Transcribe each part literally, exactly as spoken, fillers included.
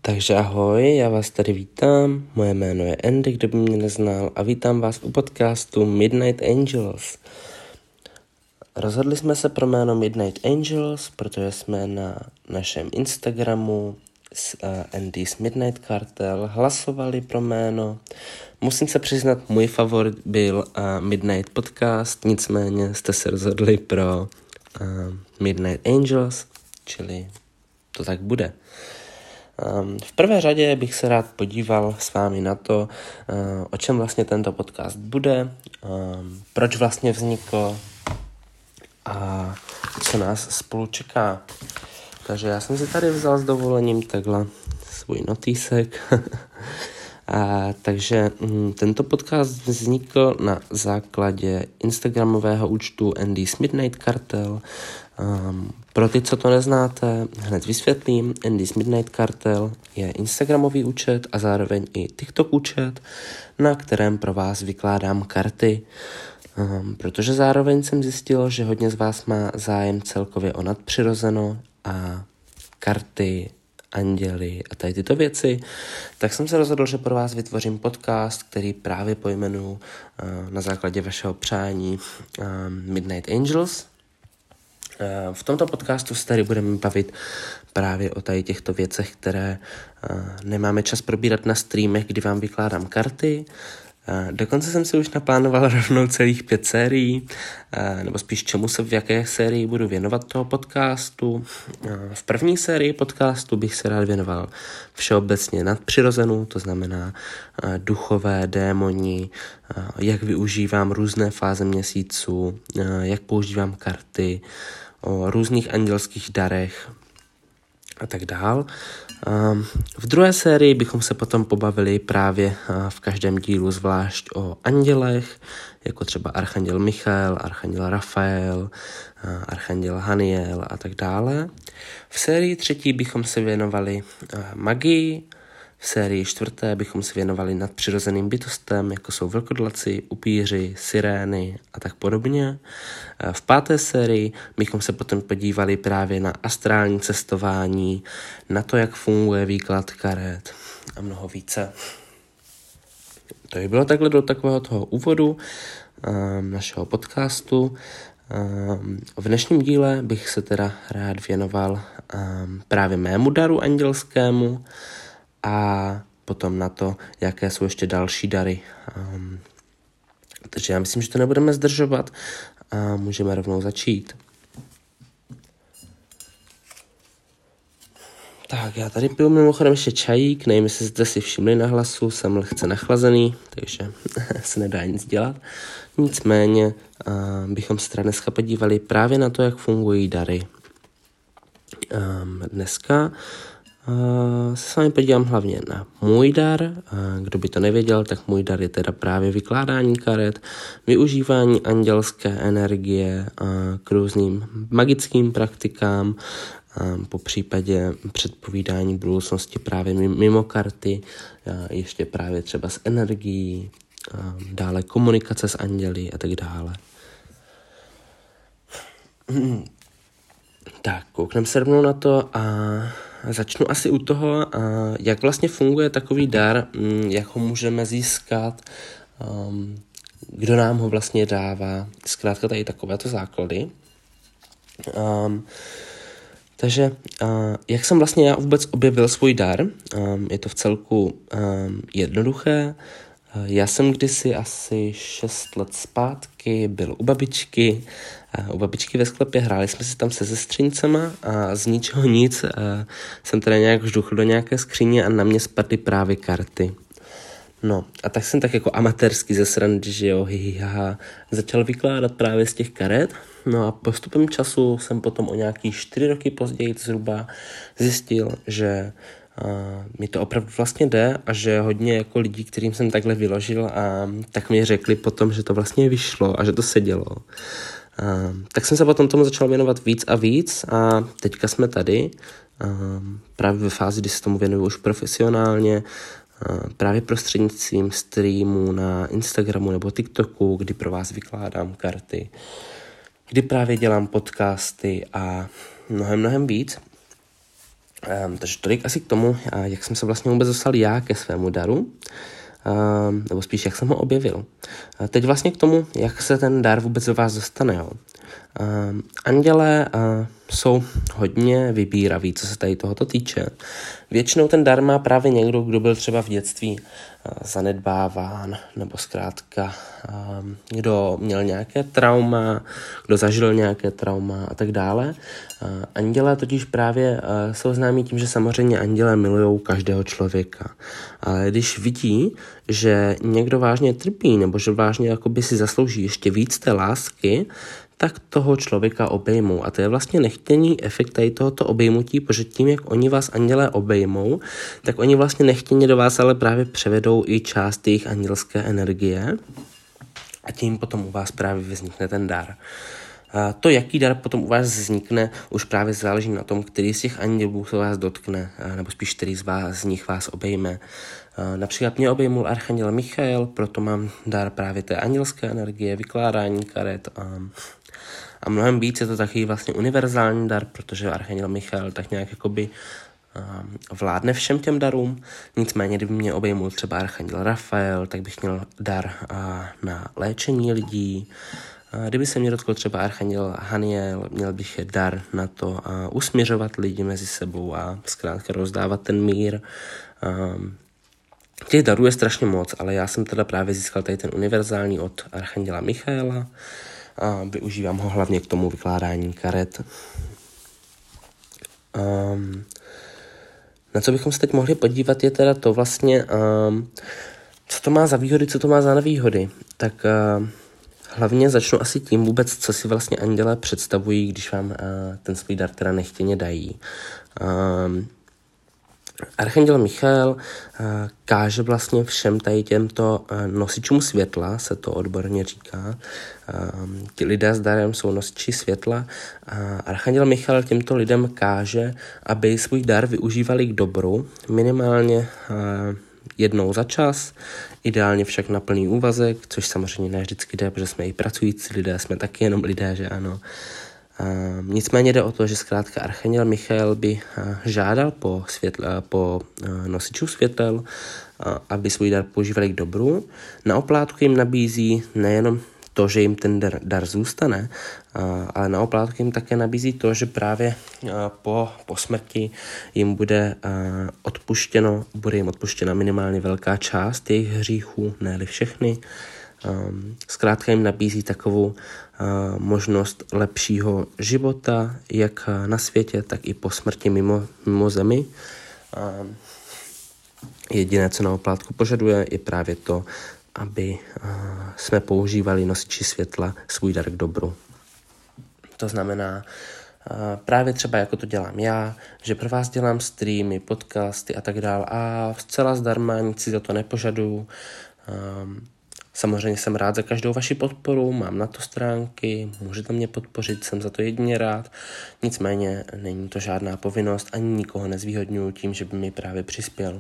Takže ahoj, já vás tady vítám, moje jméno je Andy, kdo by mě neznal, a vítám vás u podcastu Midnight Angels. Rozhodli jsme se pro jméno Midnight Angels, protože jsme na našem Instagramu s uh, Andy's Midnight Cartel hlasovali pro jméno. Musím se přiznat, můj favorit byl uh, Midnight Podcast, nicméně jste se rozhodli pro uh, Midnight Angels, čili to tak bude. Um, v prvé řadě bych se rád podíval s vámi na to, uh, o čem vlastně tento podcast bude, um, proč vlastně vznikl a co nás spolu čeká. Takže já jsem si tady vzal s dovolením takhle svůj notýsek. A, takže m, tento podcast vznikl na základě instagramového účtu Andy's Midnight Cartel. Um, pro ty, co to neznáte, hned vysvětlím. Andy's Midnight Cartel je instagramový účet a zároveň i TikTok účet, na kterém pro vás vykládám karty. Um, protože zároveň jsem zjistil, že hodně z vás má zájem celkově o nadpřirozeno a karty, anděly a tady tyto věci, tak jsem se rozhodl, že pro vás vytvořím podcast, který právě pojmenuji uh, na základě vašeho přání uh, Midnight Angels. Uh, v tomto podcastu se tady budeme bavit právě o tady těchto věcech, které uh, nemáme čas probírat na streamech, kdy vám vykládám karty. Uh, dokonce jsem si už naplánoval rovnou celých pět sérií, uh, nebo spíš čemu se v jaké sérii budu věnovat toho podcastu. Uh, v první sérii podcastu bych se rád věnoval všeobecně nadpřirozenu, to znamená uh, duchové, démoni, uh, jak využívám různé fáze měsíců, uh, jak používám karty, o různých andělských darech a tak dál. V druhé sérii bychom se potom pobavili právě v každém dílu zvlášť o andělech, jako třeba Archanděl Michael, Archanděl Rafael, Archanděl Haniel a tak dále. V sérii třetí bychom se věnovali magii, v sérii čtvrté bychom se věnovali nadpřirozeným bytostem, jako jsou vlkodlaci, upíři, sirény a tak podobně. V páté sérii bychom se potom podívali právě na astrální cestování, na to, jak funguje výklad karet a mnoho více. To by bylo takhle do takového toho úvodu um, našeho podcastu. Um, v dnešním díle bych se teda rád věnoval um, právě mému daru andělskému, a potom na to, jaké jsou ještě další dary. Um, takže já myslím, že to nebudeme zdržovat a můžeme rovnou začít. Tak, já tady piju mimochodem ještě čajík, nevím, jestli jste si všimli na hlasu, jsem lehce nachlazený, takže se nedá nic dělat. Nicméně uh, bychom se teda dneska podívali právě na to, jak fungují dary. Um, dneska Uh, se s vámi podívám hlavně na můj dar. Uh, kdo by to nevěděl, tak můj dar je teda právě vykládání karet, využívání andělské energie uh, k různým magickým praktikám, uh, po případě předpovídání budoucnosti právě mimo karty, uh, ještě právě třeba s energií, uh, dále komunikace s anděli a tak dále. Tak, koukneme se rovnou na to a začnu asi u toho, jak vlastně funguje takový dar, jak ho můžeme získat, kdo nám ho vlastně dává, zkrátka tady takovéto základy. Takže jak jsem vlastně já vůbec objevil svůj dar, je to v celku jednoduché. Já jsem kdysi asi šest let zpátky byl u babičky, u babičky ve sklepě, hráli jsme si tam se sestřenicema a z ničeho nic jsem teda nějak žduchl do nějaké skříně a na mě spadly právě karty. No a tak jsem tak jako amatérsky ze srandy, že jo, hihihaha, začal vykládat právě z těch karet. No a postupem času jsem potom o nějaký čtyři roky později zhruba zjistil, že Uh, mi to opravdu vlastně jde a že hodně jako lidí, kterým jsem takhle vyložil, a tak mi řekli potom, že to vlastně vyšlo a že to sedělo. Uh, tak jsem se potom tomu začal věnovat víc a víc a teďka jsme tady, uh, právě ve fázi, kdy se tomu věnuju už profesionálně, uh, právě prostřednictvím streamů na Instagramu nebo TikToku, kdy pro vás vykládám karty, kdy právě dělám podcasty a mnohem, mnohem víc. Um, takže tolik asi k tomu, jak jsem se vlastně vůbec dostal já ke svému daru, um, nebo spíš jak jsem ho objevil. A teď vlastně k tomu, jak se ten dar vůbec do vás dostane. Jo. Um, andělé uh, jsou hodně vybíraví, co se tady tohoto týče. Většinou ten dar má právě někdo, kdo byl třeba v dětství uh, zanedbáván, nebo zkrátka um, kdo měl nějaké trauma, kdo zažil nějaké trauma a tak dále. Uh, andělé totiž právě uh, jsou známí tím, že samozřejmě andělé milujou každého člověka. Ale když vidí, že někdo vážně trpí, nebo že vážně jakoby si zaslouží ještě víc té lásky, tak toho člověka obejmou. A to je vlastně nechtěný efekt tady tohoto obejmutí, protože tím, jak oni vás andělé obejmou, tak oni vlastně nechtěně do vás ale právě převedou i část jejich andělské energie a tím potom u vás právě vznikne ten dar. A to, jaký dar potom u vás vznikne, už právě záleží na tom, který z těch andělů se vás dotkne, nebo spíš který z, vás, z nich vás obejme. Například mě obejmul archanděl Michael, proto mám dar právě té andělské energie, vykládání karet a, a mnohem víc je to taky vlastně univerzální dar, protože archanděl Michael tak nějak jakoby vládne všem těm darům. Nicméně, kdyby mě obejmul třeba archanděl Rafael, tak bych měl dar na léčení lidí. Kdyby se mě dotkl třeba archanděl Haniel, měl bych dar na to a usměřovat lidi mezi sebou a zkrátka rozdávat ten mír. Těch darů je strašně moc, ale já jsem teda právě získal tady ten univerzální od archanděla Michaela a využívám ho hlavně k tomu vykládání karet. Um, na co bychom se teď mohli podívat je teda to vlastně, um, co to má za výhody, co to má za nevýhody. Tak uh, hlavně začnu asi tím vůbec, co si vlastně andělé představují, když vám uh, ten svůj dar teda nechtěně dají. Um, Archanděl Michael uh, káže vlastně všem tady těmto uh, nosičům světla, se to odborně říká. Uh, ti lidé s darem jsou nosiči světla. Uh, Archanděl Michael těmto lidem káže, aby svůj dar využívali k dobru, minimálně uh, jednou za čas, ideálně však na plný úvazek, což samozřejmě ne vždycky jde, protože jsme i pracující lidé, jsme taky jenom lidé, že ano. Uh, nicméně jde o to, že zkrátka archanděl Michael by uh, žádal po, světle, uh, po uh, nosičů světel, uh, aby svůj dar používali k dobru. Na oplátku jim nabízí nejenom to, že jim ten dar, dar zůstane, uh, ale na oplátku jim také nabízí to, že právě uh, po, po smrti jim bude uh, odpuštěno, bude jim odpuštěna minimálně velká část jejich hříchů, ne-li všechny. Um, zkrátka jim nabízí takovou uh, možnost lepšího života, jak na světě, tak i po smrti mimo, mimo zemi. Um, jediné, co na oplátku požaduje, je právě to, aby uh, jsme používali nosiči světla svůj dar k dobru. To znamená, uh, právě třeba jako to dělám já, že pro vás dělám streamy, podcasty a tak dále a zcela zdarma, nic si za to nepožaduju. Um, Samozřejmě jsem rád za každou vaši podporu, mám na to stránky, můžete mě podpořit, jsem za to jedině rád, nicméně není to žádná povinnost, ani nikoho nezvýhodňuji tím, že by mi právě přispěl.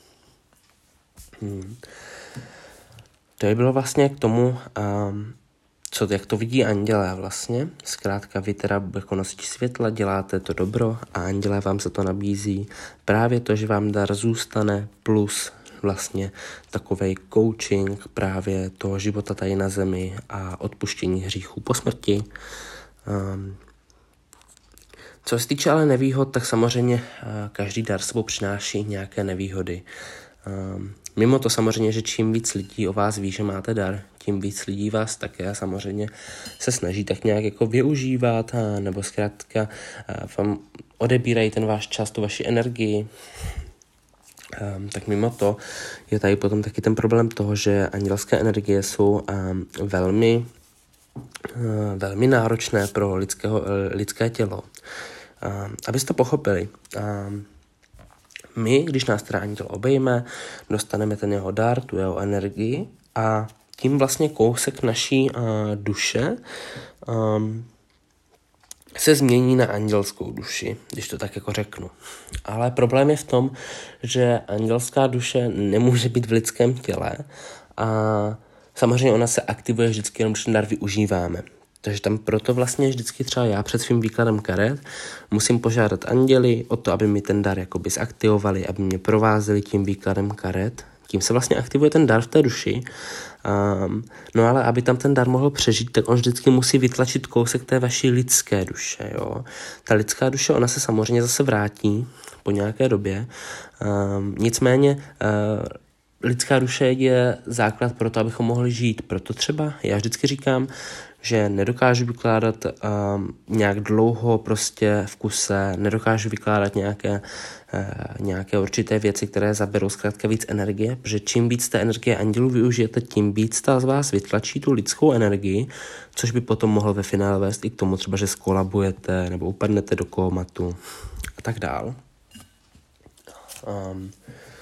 Hmm. To je bylo vlastně k tomu, um, co, jak to vidí andělé vlastně. Zkrátka vy teda jako nosiči světla děláte to dobro a andělé vám se to nabízí. Právě to, že vám dar zůstane plus vlastně takovej coaching právě toho života tady na zemi a odpuštění hříchů po smrti. Um, co se týče ale nevýhod, tak samozřejmě uh, každý dar sebou přináší nějaké nevýhody. Um, mimo to samozřejmě, že čím víc lidí o vás ví, že máte dar, tím víc lidí vás také samozřejmě se snaží tak nějak jako využívat a, nebo zkrátka uh, vám odebírají ten váš čas, tu vaši energii. Um, tak mimo to je tady potom taky ten problém toho, že andělské energie jsou um, velmi, uh, velmi náročné pro lidského, uh, lidské tělo. Um, abyste to pochopili, um, my, když nás teda anděl obejme, dostaneme ten jeho dar, tu jeho energii a tím vlastně kousek naší uh, duše um, se změní na andělskou duši, když to tak jako řeknu. Ale problém je v tom, že andělská duše nemůže být v lidském těle a samozřejmě ona se aktivuje vždycky jenom, když ten dar využíváme. Takže tam proto vlastně vždycky třeba já před svým výkladem karet musím požádat anděli o to, aby mi ten dar jakoby zaktivovali, aby mě provázeli tím výkladem karet. Tím se vlastně aktivuje ten dar v té duši. Um, no ale aby tam ten dar mohl přežít, tak on vždycky musí vytlačit kousek té vaší lidské duše. Jo? Ta lidská duše, ona se samozřejmě zase vrátí po nějaké době. Um, nicméně uh, lidská duše je základ pro to, abychom mohli žít. Proto třeba já vždycky říkám, že nedokážu vykládat um, nějak dlouho prostě v kuse, nedokážu vykládat nějaké, uh, nějaké určité věci, které zaberou zkrátka víc energie, protože čím víc té energie andělů využijete, tím víc ta z vás vytlačí tu lidskou energii, což by potom mohlo ve finále vést i k tomu třeba, že skolabujete nebo upadnete do kómatu a tak dál. Um,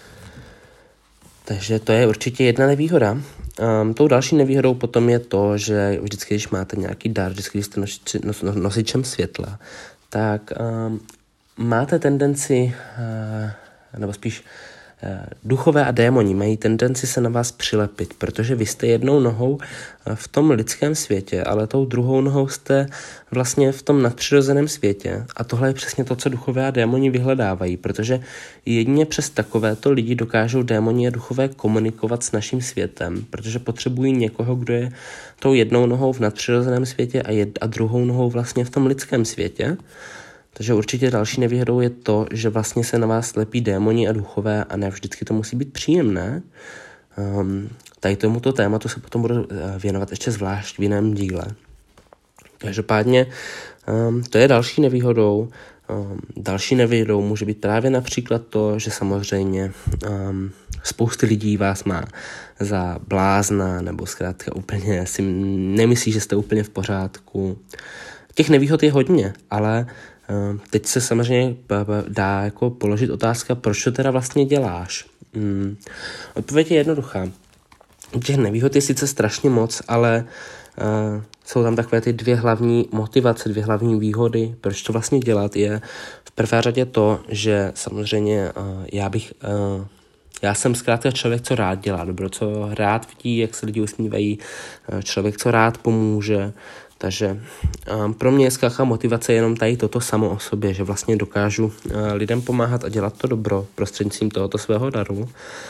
takže to je určitě jedna nevýhoda. Um, tou další nevýhodou potom je to, že vždycky, když máte nějaký dar, vždycky, když jste nosiči, nos, nosičem světla, tak um, máte tendenci, uh, nebo spíš uh, duchové a démoni mají tendenci se na vás přilepit, protože vy jste jednou nohou v tom lidském světě, ale tou druhou nohou jste vlastně v tom nadpřirozeném světě. A tohle je přesně to, co duchové a démoni vyhledávají, protože jedině přes takovéto lidi dokážou démoni a duchové komunikovat s naším světem, protože potřebují někoho, kdo je tou jednou nohou v nadpřirozeném světě a, jed, a druhou nohou vlastně v tom lidském světě. Takže určitě další nevýhodou je to, že vlastně se na vás lepí démoni a duchové a ne vždycky to musí být příjemné. Um, tady tomuto tématu se potom budu věnovat ještě zvlášť v jiném díle. Každopádně um, to je další nevýhodou. Um, další nevýhodou může být právě například to, že samozřejmě um, spousty lidí vás má za blázna nebo zkrátka úplně si nemyslí, že jste úplně v pořádku. Těch nevýhod je hodně, ale um, teď se samozřejmě dá jako položit otázka, proč to teda vlastně děláš. Um, odpověď je jednoduchá. Těch nevýhod je sice strašně moc, ale uh, jsou tam takové ty dvě hlavní motivace, dvě hlavní výhody, proč to vlastně dělat, je v prvé řadě to, že samozřejmě uh, já bych, uh, já jsem zkrátka člověk, co rád dělá dobro, co rád vidí, jak se lidi usmívají, uh, člověk, co rád pomůže, takže um, pro mě je zkrátka motivace jenom tady toto samo o sobě, že vlastně dokážu uh, lidem pomáhat a dělat to dobro prostřednictvím tohoto svého daru.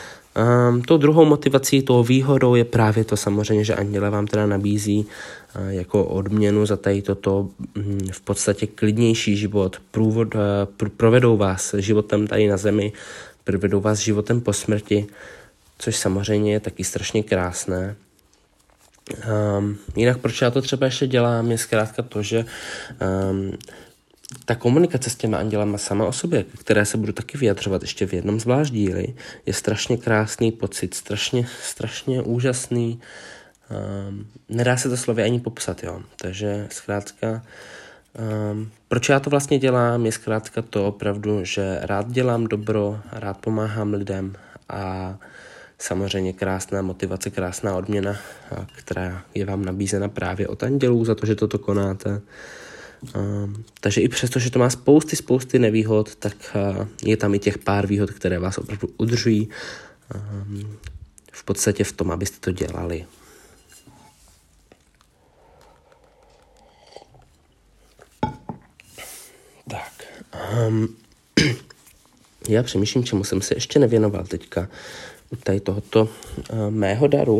Um, tou druhou motivací, tou výhodou je právě to samozřejmě, že anděle vám teda nabízí uh, jako odměnu za tady toto um, v podstatě klidnější život, průvod, uh, pr- provedou vás životem tady na zemi, provedou vás životem po smrti, což samozřejmě je taky strašně krásné. Um, jinak proč já to třeba ještě dělám, je zkrátka to, že um, ta komunikace s těma andělama sama o sobě, které se budu taky vyjadřovat ještě v jednom zvlášť díli, je strašně krásný pocit, strašně, strašně úžasný. Um, nedá se to slovy ani popsat, jo. Takže zkrátka, um, proč já to vlastně dělám, je zkrátka to opravdu, že rád dělám dobro, rád pomáhám lidem a samozřejmě krásná motivace, krásná odměna, která je vám nabízena právě od andělů za to, že toto konáte. Um, takže i přesto, že to má spousty, spousty nevýhod, tak uh, je tam i těch pár výhod, které vás opravdu udržují um, v podstatě v tom, abyste to dělali. Tak. Um, já přemýšlím, čemu jsem se ještě nevěnoval teďka u tady tohoto uh, mého daru.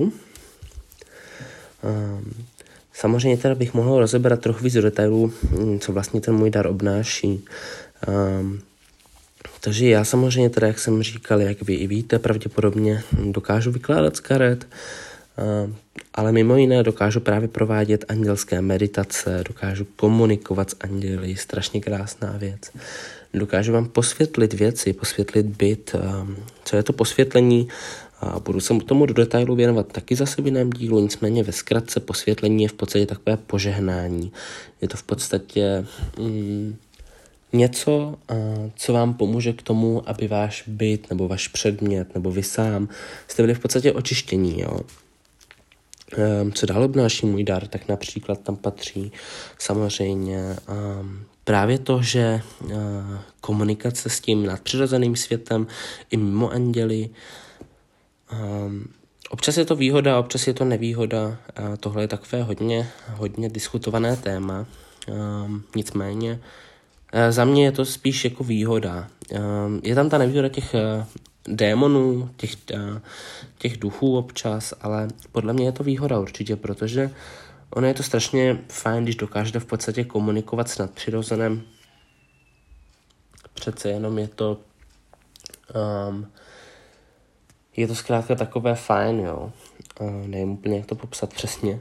Um, Samozřejmě teda bych mohl rozebrat trochu víc do detailů, co vlastně ten můj dar obnáší. Um, takže já samozřejmě teda, jak jsem říkal, jak vy i víte, pravděpodobně dokážu vykládat z karet, um, ale mimo jiné dokážu právě provádět andělské meditace, dokážu komunikovat s anděli, strašně krásná věc. Dokážu vám posvětlit věci, posvětlit byt. Um, co je to posvětlení? A budu se tomu do detailu věnovat taky zase v jiném dílu, nicméně ve zkratce posvětlení je v podstatě takové požehnání. Je to v podstatě mm, něco, a, co vám pomůže k tomu, aby váš byt nebo váš předmět nebo vy sám jste byli v podstatě očištění. Jo? Um, co dál obnáší můj dar, tak například tam patří samozřejmě um, právě to, že uh, komunikace s tím nadpřirozeným světem i mimo anděli, Um, občas je to výhoda, občas je to nevýhoda. A tohle je takové hodně, hodně diskutované téma. Um, nicméně za mě je to spíš jako výhoda. Um, je tam ta nevýhoda těch uh, démonů, těch, uh, těch duchů občas, ale podle mě je to výhoda určitě, protože ono je to strašně fajn, když dokážete v podstatě komunikovat s nadpřirozeným. Přece jenom je to um, je to zkrátka takové fajn, jo. Uh, nevím úplně, jak to popsat přesně.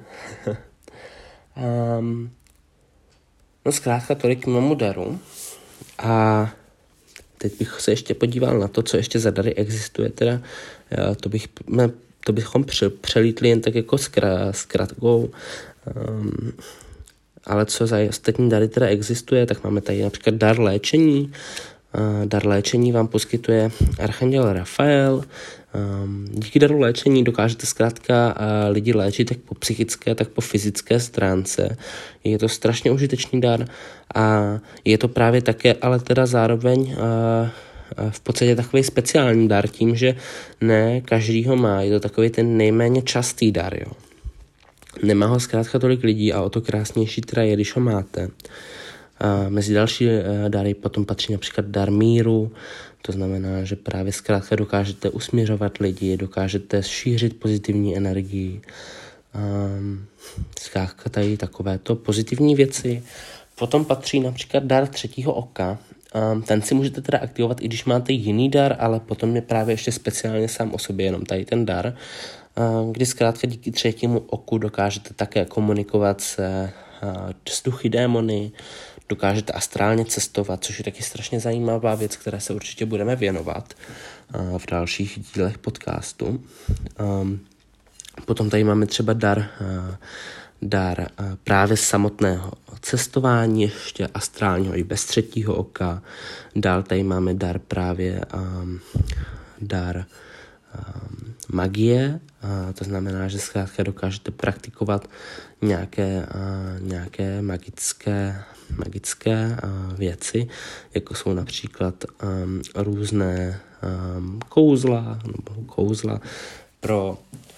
um, no zkrátka tolik k mému daru. A teď bych se ještě podíval na to, co ještě za dary existuje. Teda to, bych, to bychom přelítli jen tak jako zkratkou. Um, ale co za ostatní dary teda existuje, tak máme tady například dar léčení. Uh, dar léčení vám poskytuje archanděl Rafael. Um, díky daru léčení dokážete zkrátka uh, lidi léčit jak po psychické, tak po fyzické stránce. Je to strašně užitečný dar a je to právě také, ale teda zároveň uh, v podstatě takový speciální dar tím, že ne každý ho má. Je to takový ten nejméně častý dar, jo. Nemá ho zkrátka tolik lidí a o to krásnější teda je, když ho máte. A mezi další dary potom patří například dar míru, to znamená, že právě zkrátka dokážete usměřovat lidi, dokážete šířit pozitivní energii, um, zkrátka tady takovéto pozitivní věci. Potom patří například dar třetího oka, um, ten si můžete teda aktivovat, i když máte jiný dar, ale potom je právě ještě speciálně sám o sobě jenom tady ten dar, um, kdy zkrátka díky třetímu oku dokážete také komunikovat se uh, s duchy démony, dokážete astrálně cestovat, což je taky strašně zajímavá věc, které se určitě budeme věnovat uh, v dalších dílech podcastu. Um, potom tady máme třeba dar, uh, dar uh, právě samotného cestování, ještě astrálního i bez třetího oka. Dál tady máme dar právě um, dar um, magie, uh, to znamená, že zkrátka dokážete praktikovat nějaké, uh, nějaké magické magické uh, věci, jako jsou například um, různé um, kouzla, nebo kouzla pro,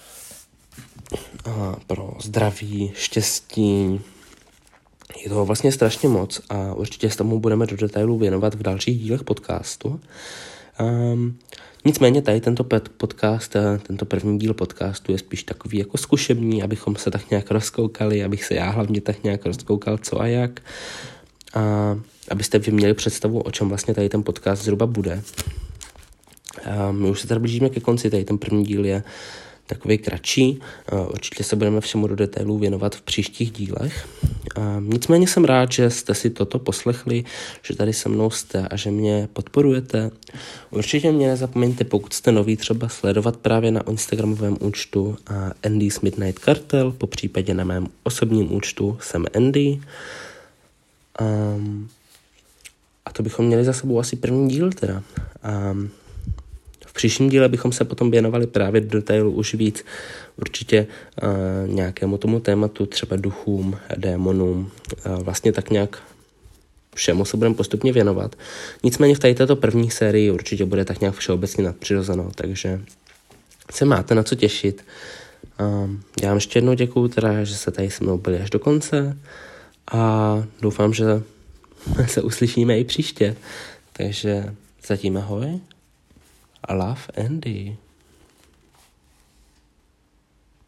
uh, pro zdraví, štěstí. Je toho vlastně strašně moc a určitě se tomu budeme do detailů věnovat v dalších dílech podcastu. Um, nicméně tady tento podcast, tento první díl podcastu je spíš takový jako zkušební, abychom se tak nějak rozkoukali, abych se já hlavně tak nějak rozkoukal, co a jak. A abyste vy měli představu, o čem vlastně tady ten podcast zhruba bude. A my už se tady blížíme ke konci, tady ten první díl je takový kratší. A určitě se budeme všemu do detailů věnovat v příštích dílech. A nicméně jsem rád, že jste si toto poslechli, že tady se mnou jste a že mě podporujete. Určitě mě nezapomeňte, pokud jste noví, třeba sledovat právě na instagramovém účtu Andy's Midnight Cartel, po případě na mém osobním účtu jsem Andy. Um, a to bychom měli za sebou asi první díl teda. Um, v příštím díle bychom se potom věnovali právě do detailu už víc určitě uh, nějakému tomu tématu, třeba duchům, démonům, uh, vlastně tak nějak všemu se budeme postupně věnovat. Nicméně v tady této první sérii určitě bude tak nějak všeobecně nadpřirozeno, takže se máte na co těšit. Um, já vám ještě jednou děkuju teda, že se tady se mnou byli až do konce. A doufám, že se uslyšíme i příště. Takže zatím ahoj a love Andy.